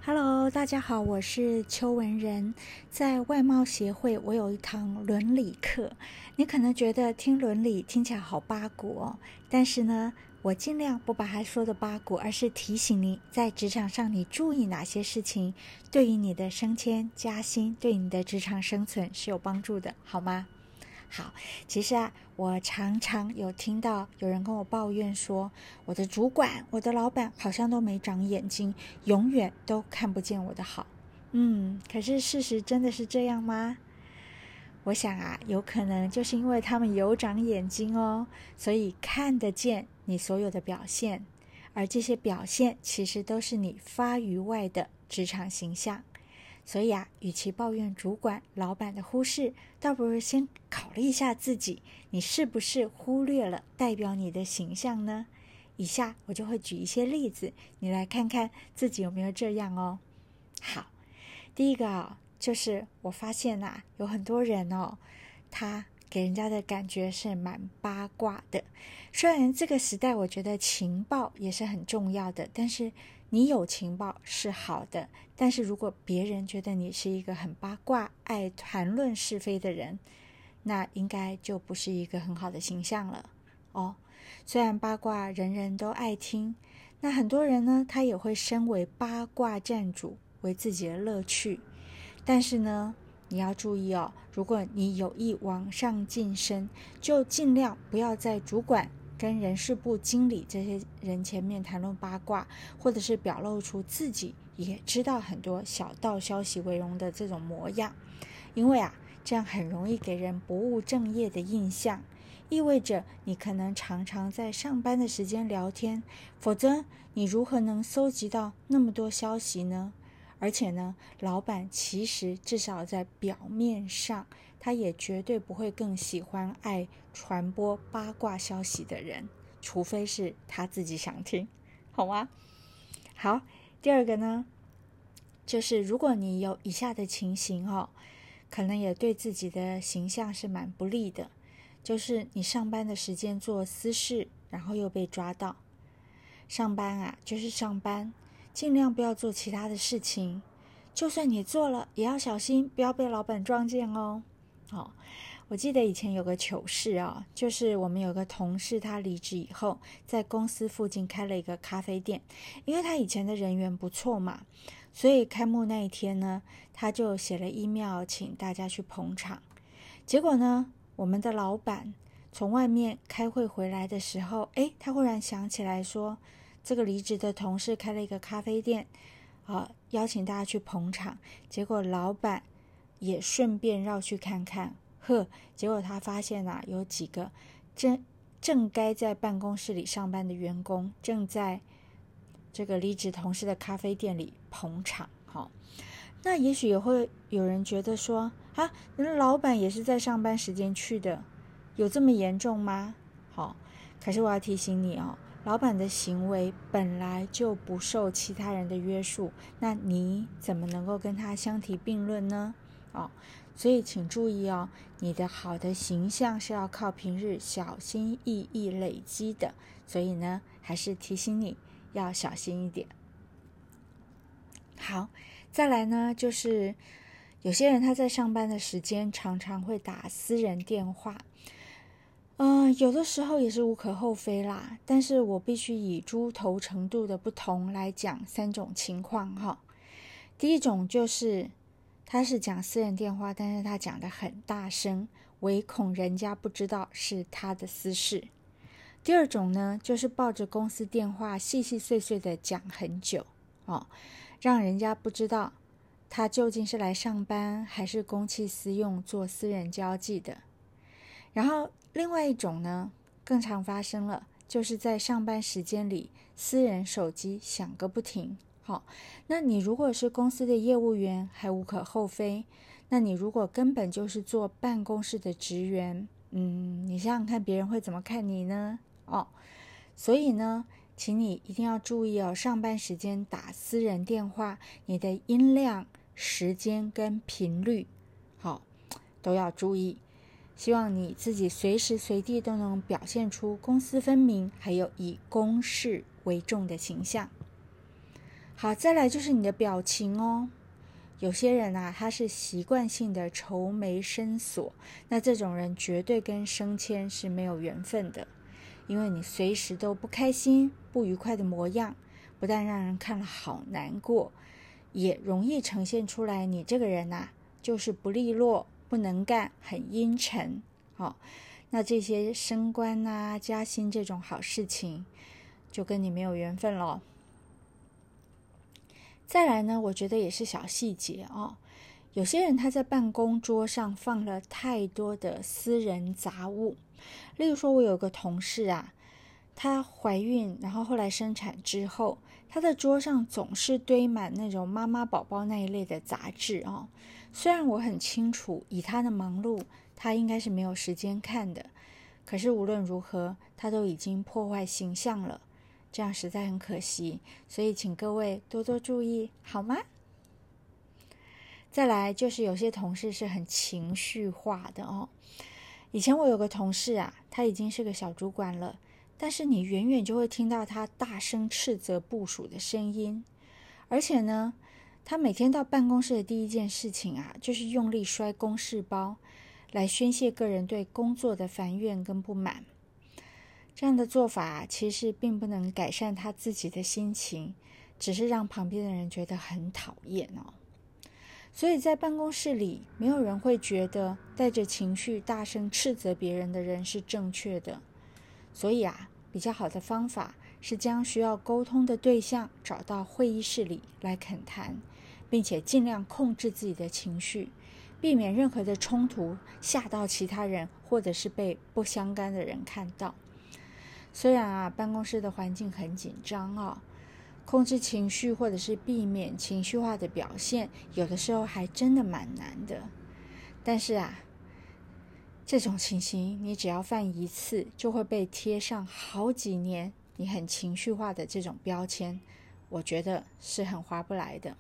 Hello，大家好，我是邱文仁。在外贸协会，我有一堂伦理课。你可能觉得听伦理听起来好八股哦，但是呢，我尽量不把它说的八股，而是提醒你在职场上你注意哪些事情，对于你的升迁加薪，对你的职场生存是有帮助的，好吗？好，其实我常常有听到有人跟我抱怨说，我的主管、我的老板好像都没长眼睛，永远都看不见我的好。可是事实真的是这样吗？我想有可能就是因为他们有长眼睛哦，所以看得见你所有的表现，而这些表现其实都是你发于外的职场形象。所以与其抱怨主管、老板的忽视，倒不如先考虑一下自己，你是不是忽略了代表你的形象呢？以下我就会举一些例子，你来看看自己有没有这样哦。好，第一个就是我发现有很多人他给人家的感觉是蛮八卦的。虽然这个时代我觉得情报也是很重要的，但是你有情报是好的，但是如果别人觉得你是一个很八卦、爱谈论是非的人，那应该就不是一个很好的形象了哦。虽然八卦人人都爱听，那很多人呢，他也会身为八卦站主为自己的乐趣，但是呢，你要注意如果你有意往上晋升，就尽量不要在主管跟人事部经理这些人前面谈论八卦，或者是表露出自己也知道很多小道消息为荣的这种模样，因为这样很容易给人不务正业的印象，意味着你可能常常在上班的时间聊天，否则你如何能搜集到那么多消息呢？而且呢，老板其实至少在表面上，他也绝对不会更喜欢爱传播八卦消息的人，除非是他自己想听，好吗？好，第二个呢，就是如果你有以下的情形可能也对自己的形象是蛮不利的，就是你上班的时间做私事，然后又被抓到。上班就是上班，尽量不要做其他的事情，就算你做了也要小心，不要被老板撞见哦。我记得以前有个糗事就是我们有个同事，他离职以后在公司附近开了一个咖啡店，因为他以前的人缘不错嘛，所以开幕那一天呢，他就写了 email 请大家去捧场。结果呢，我们的老板从外面开会回来的时候，他忽然想起来说，这个离职的同事开了一个咖啡店邀请大家去捧场，结果老板也顺便绕去看看，结果他发现有几个正该在办公室里上班的员工，正在这个离职同事的咖啡店里捧场。那也许也会有人觉得说人老板也是在上班时间去的，有这么严重吗？可是我要提醒你老板的行为本来就不受其他人的约束，那你怎么能够跟他相提并论呢？所以请注意你的好的形象是要靠平日小心翼翼累积的，所以呢，还是提醒你要小心一点。好，再来呢，就是有些人他在上班的时间常常会打私人电话，有的时候也是无可厚非啦，但是我必须以猪头程度的不同来讲3种情况第一种就是他是讲私人电话，但是他讲得很大声，唯恐人家不知道是他的私事。第二种呢，就是抱着公司电话细细碎碎的讲很久让人家不知道他究竟是来上班还是公器私用做私人交际的。然后另外一种呢，更常发生了，就是在上班时间里私人手机响个不停。那你如果是公司的业务员还无可厚非，那你如果根本就是坐办公室的职员，你想想看别人会怎么看你呢？所以呢，请你一定要注意上班时间打私人电话，你的音量、时间跟频率都要注意，希望你自己随时随地都能表现出公私分明还有以公事为重的形象。 好，再来就是你的表情哦。有些人啊，他是习惯性的愁眉深锁，那这种人绝对跟升迁是没有缘分的，因为你随时都不开心、不愉快的模样，不但让人看了好难过，也容易呈现出来你这个人啊，就是不利落、不能干、很阴沉。那这些升官啊、加薪这种好事情，就跟你没有缘分咯。再来呢，我觉得也是小细节哦。有些人他在办公桌上放了太多的私人杂物，例如说我有个同事啊，她怀孕，然后后来生产之后，她的桌上总是堆满那种妈妈宝宝那一类的杂志哦。虽然我很清楚，以她的忙碌，她应该是没有时间看的，可是无论如何，她都已经破坏形象了，这样实在很可惜，所以请各位多多注意，好吗？再来就是有些同事是很情绪化的哦。以前我有个同事啊，他已经是个小主管了，但是你远远就会听到他大声斥责部属的声音，而且呢，他每天到办公室的第一件事情啊，就是用力摔公事包，来宣泄个人对工作的烦怨跟不满。这样的做法啊，其实并不能改善他自己的心情，只是让旁边的人觉得很讨厌哦。所以在办公室里，没有人会觉得带着情绪大声斥责别人的人是正确的。所以啊，比较好的方法是将需要沟通的对象找到会议室里来恳谈，并且尽量控制自己的情绪，避免任何的冲突吓到其他人，或者是被不相干的人看到。虽然啊，办公室的环境很紧张哦，控制情绪或者是避免情绪化的表现，有的时候还真的蛮难的。但是啊，这种情形你只要犯一次，就会被贴上好几年你很情绪化的这种标签，我觉得是很划不来的。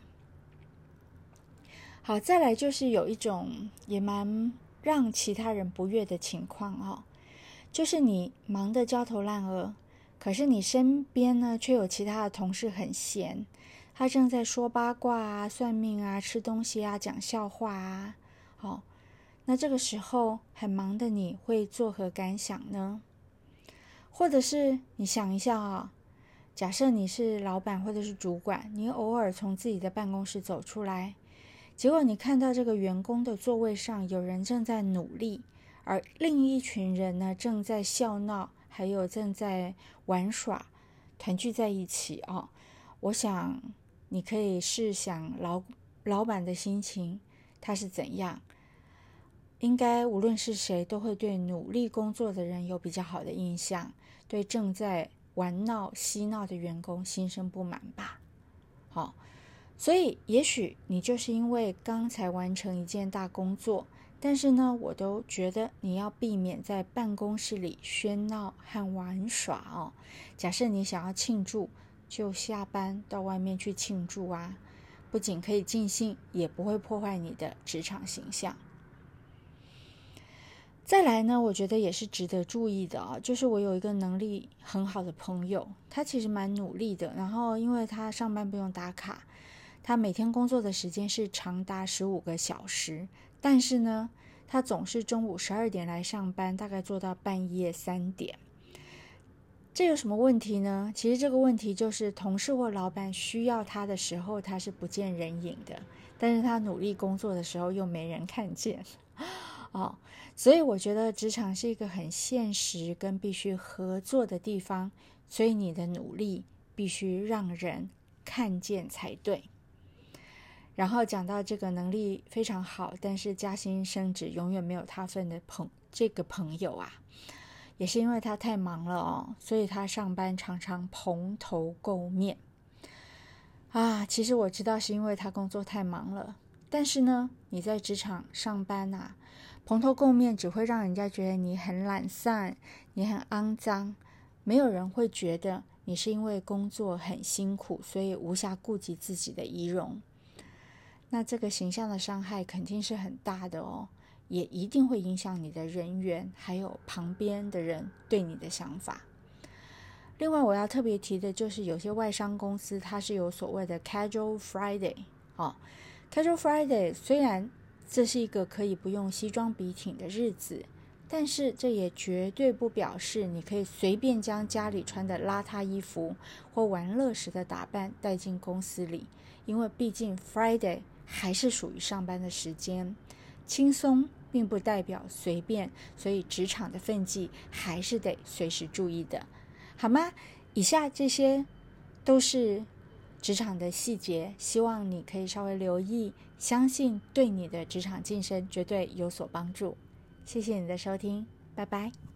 好，再来就是有一种也蛮让其他人不悦的情况哦，就是你忙得焦头烂额，可是你身边呢却有其他的同事很闲，他正在说八卦啊、算命啊、吃东西啊、讲笑话啊。那这个时候很忙的你会作何感想呢？或者是你想一下啊，假设你是老板或者是主管，你偶尔从自己的办公室走出来，结果你看到这个员工的座位上有人正在努力，而另一群人呢正在笑闹，还有正在玩耍，团聚在一起哦。我想你可以试想老板的心情，他是怎样？应该无论是谁都会对努力工作的人有比较好的印象，对正在玩闹嬉闹的员工心生不满吧。所以也许你就是因为刚才完成一件大工作，但是呢，我都觉得你要避免在办公室里喧闹和玩耍哦。假设你想要庆祝，就下班到外面去庆祝啊，不仅可以尽兴，也不会破坏你的职场形象。再来呢，我觉得也是值得注意的啊，就是我有一个能力很好的朋友，他其实蛮努力的，然后因为他上班不用打卡，他每天工作的时间是长达15个小时，但是呢，他总是中午12点来上班，大概做到半夜3点。这有什么问题呢？其实这个问题就是同事或老板需要他的时候，他是不见人影的，但是他努力工作的时候又没人看见。所以我觉得职场是一个很现实跟必须合作的地方，所以你的努力必须让人看见才对。然后讲到这个能力非常好，但是加薪升职永远没有他份的这个朋友啊，也是因为他太忙了哦，所以他上班常常蓬头垢面啊。其实我知道是因为他工作太忙了，但是呢，你在职场上班啊，蓬头垢面只会让人家觉得你很懒散，你很肮脏，没有人会觉得你是因为工作很辛苦，所以无暇顾及自己的仪容。那这个形象的伤害肯定是很大的哦，也一定会影响你的人缘，还有旁边的人对你的想法。 另外我要特别提的就是有些外商公司它是有所谓的 Casual Friday Casual Friday 虽然这是一个可以不用西装笔挺的日子，但是这也绝对不表示你可以随便将家里穿的邋遢衣服或玩乐时的打扮带进公司里，因为毕竟 Friday 还是属于上班的时间，轻松并不代表随便，所以职场的分际还是得随时注意的，好吗？以下这些都是职场的细节，希望你可以稍微留意，相信对你的职场晋升绝对有所帮助。谢谢你的收听，拜拜。